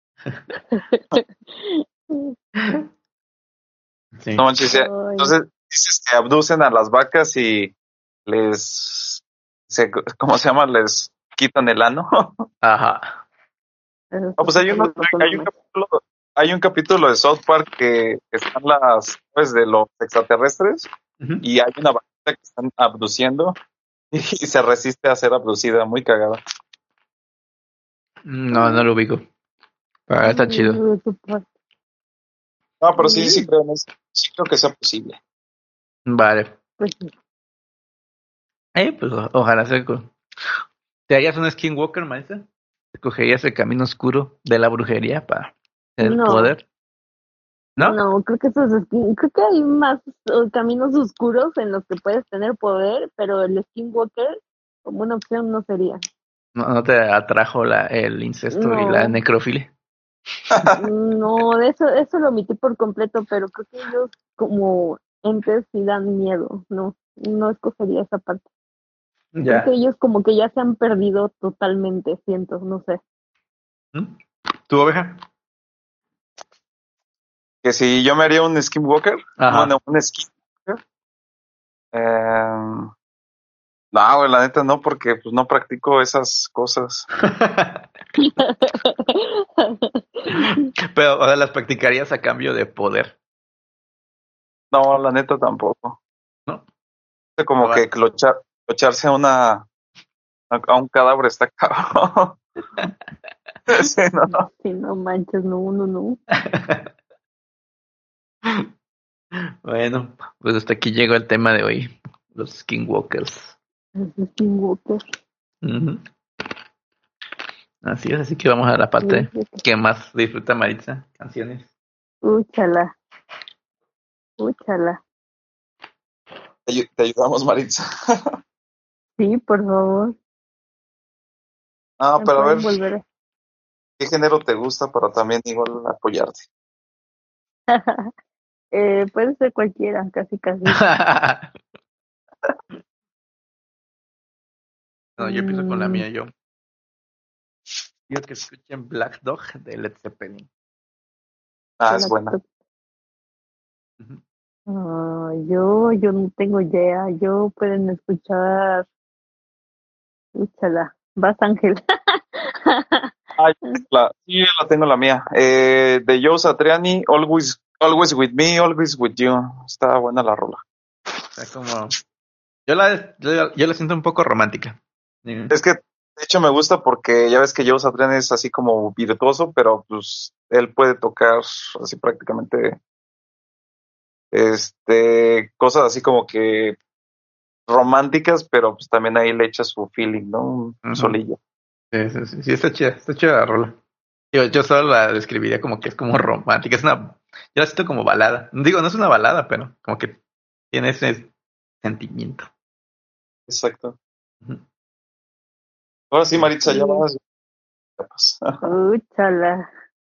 No Sí. manches, ya. Ay, Entonces dices que abducen a las vacas y ¿cómo se llama? Les quitan el ano. Ajá. eso No, sí pues está muy loco, no manches. hay un capítulo de South Park que están las aves de los extraterrestres Ujú. y hay una vaquita que están abduciendo y se resiste a ser abducida, muy cagada. No, no lo ubico. Pero está chido. No, pero sí, Mm, sí creo que sea posible. Vale. pues sí. Pues ojalá ¿Te harías un skinwalker, maestra? ¿Escogerías el camino oscuro de la brujería para tener No, poder? ¿No? no, creo que creo que hay más caminos oscuros en los que puedes tener poder, pero el skinwalker como una opción no sería. ¿No te atrajo el incesto y la No, necrofilia? no, de eso lo omití por completo, pero creo que ellos como entes sí dan miedo, no escogería esa parte. Creo que Ya. ellos como que ya se han perdido totalmente, siento, no sé. ¿Mm? ¿Tu oveja? Que si yo me haría un skinwalker, bueno, Ajá. un skinwalker, no, güey, la neta no, porque pues no practico esas cosas. Pero, o sea, las practicarías a cambio de poder, No, la neta tampoco. ¿no? Como que clocharse a un cadáver está cabrón. Sí, no. Sí, no manches, no. Bueno, pues hasta aquí llegó el tema de hoy. Los skinwalkers. Es Skinwalker. Ujú. Así es, así que vamos a la parte que más disfruta Maritza, canciones. Úchala, úchala. Te ayudamos, Maritza. Sí, por favor, Ah, me pero a ver, pueden volver a... ¿qué género te gusta para también igual apoyarte? Puede ser cualquiera, casi. No, yo empiezo con la mía yo. Digo que escuchen Black Dog de Led Zeppelin. Es buena. Yo no tengo idea. Yo pueden escuchar. Úchala. Vas Ángel. Sí, la tengo la mía. De Joe Satriani, Always With Me, Always With You. Está buena la rola. Está como... Yo la siento un poco romántica. Es que, de hecho, me gusta porque ya ves que Joe Satriani es así como virtuoso, pero pues él puede tocar así prácticamente cosas así como que románticas, pero pues también ahí le echa su feeling, ¿no? Un solillo. Sí, está chida la rola. Yo solo la describiría como que es como romántica, yo la siento como balada. Digo, no es una balada, pero como que tiene ese sentimiento. Exacto. Ahora sí, Maritza, ya vas. Úchala.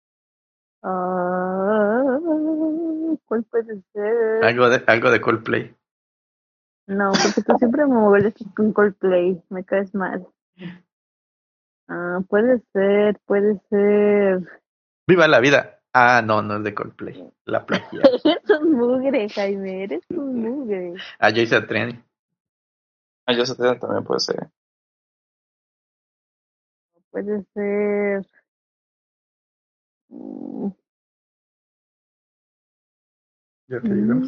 ¿Cuál puede ser? Algo de Coldplay. No, porque tú siempre me molestas con Coldplay. Me caes mal. Puede ser. ¡Viva la vida! No es de Coldplay. La plagia. Eres un mugre, Jaime. Eres un mugre. Joyce Satriani. Yo sé que también puede ser. Puede ser. Yo te digo.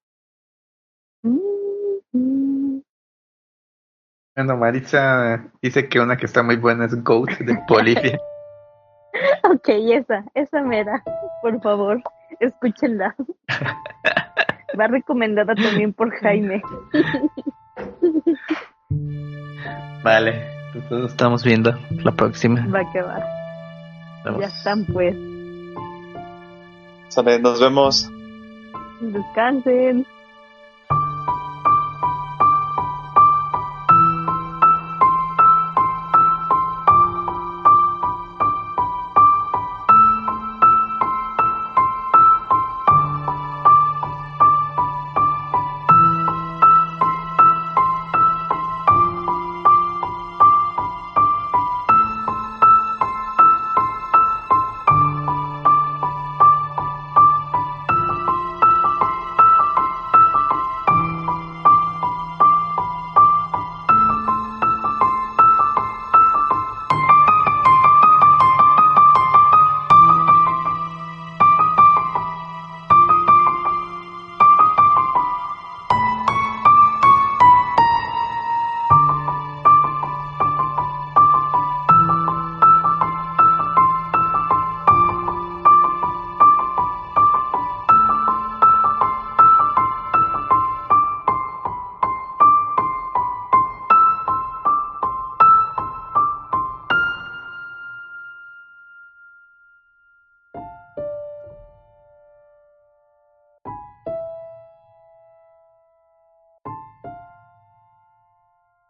Bueno, Maritza dice que una que está muy buena es Goat de Bolivia. Ok, esa mera. Por favor, escúchenla. Va recomendada también por Jaime. Vale, entonces nos estamos viendo la próxima. Va que va. Vamos. Ya están pues. Sale, nos vemos. Descansen.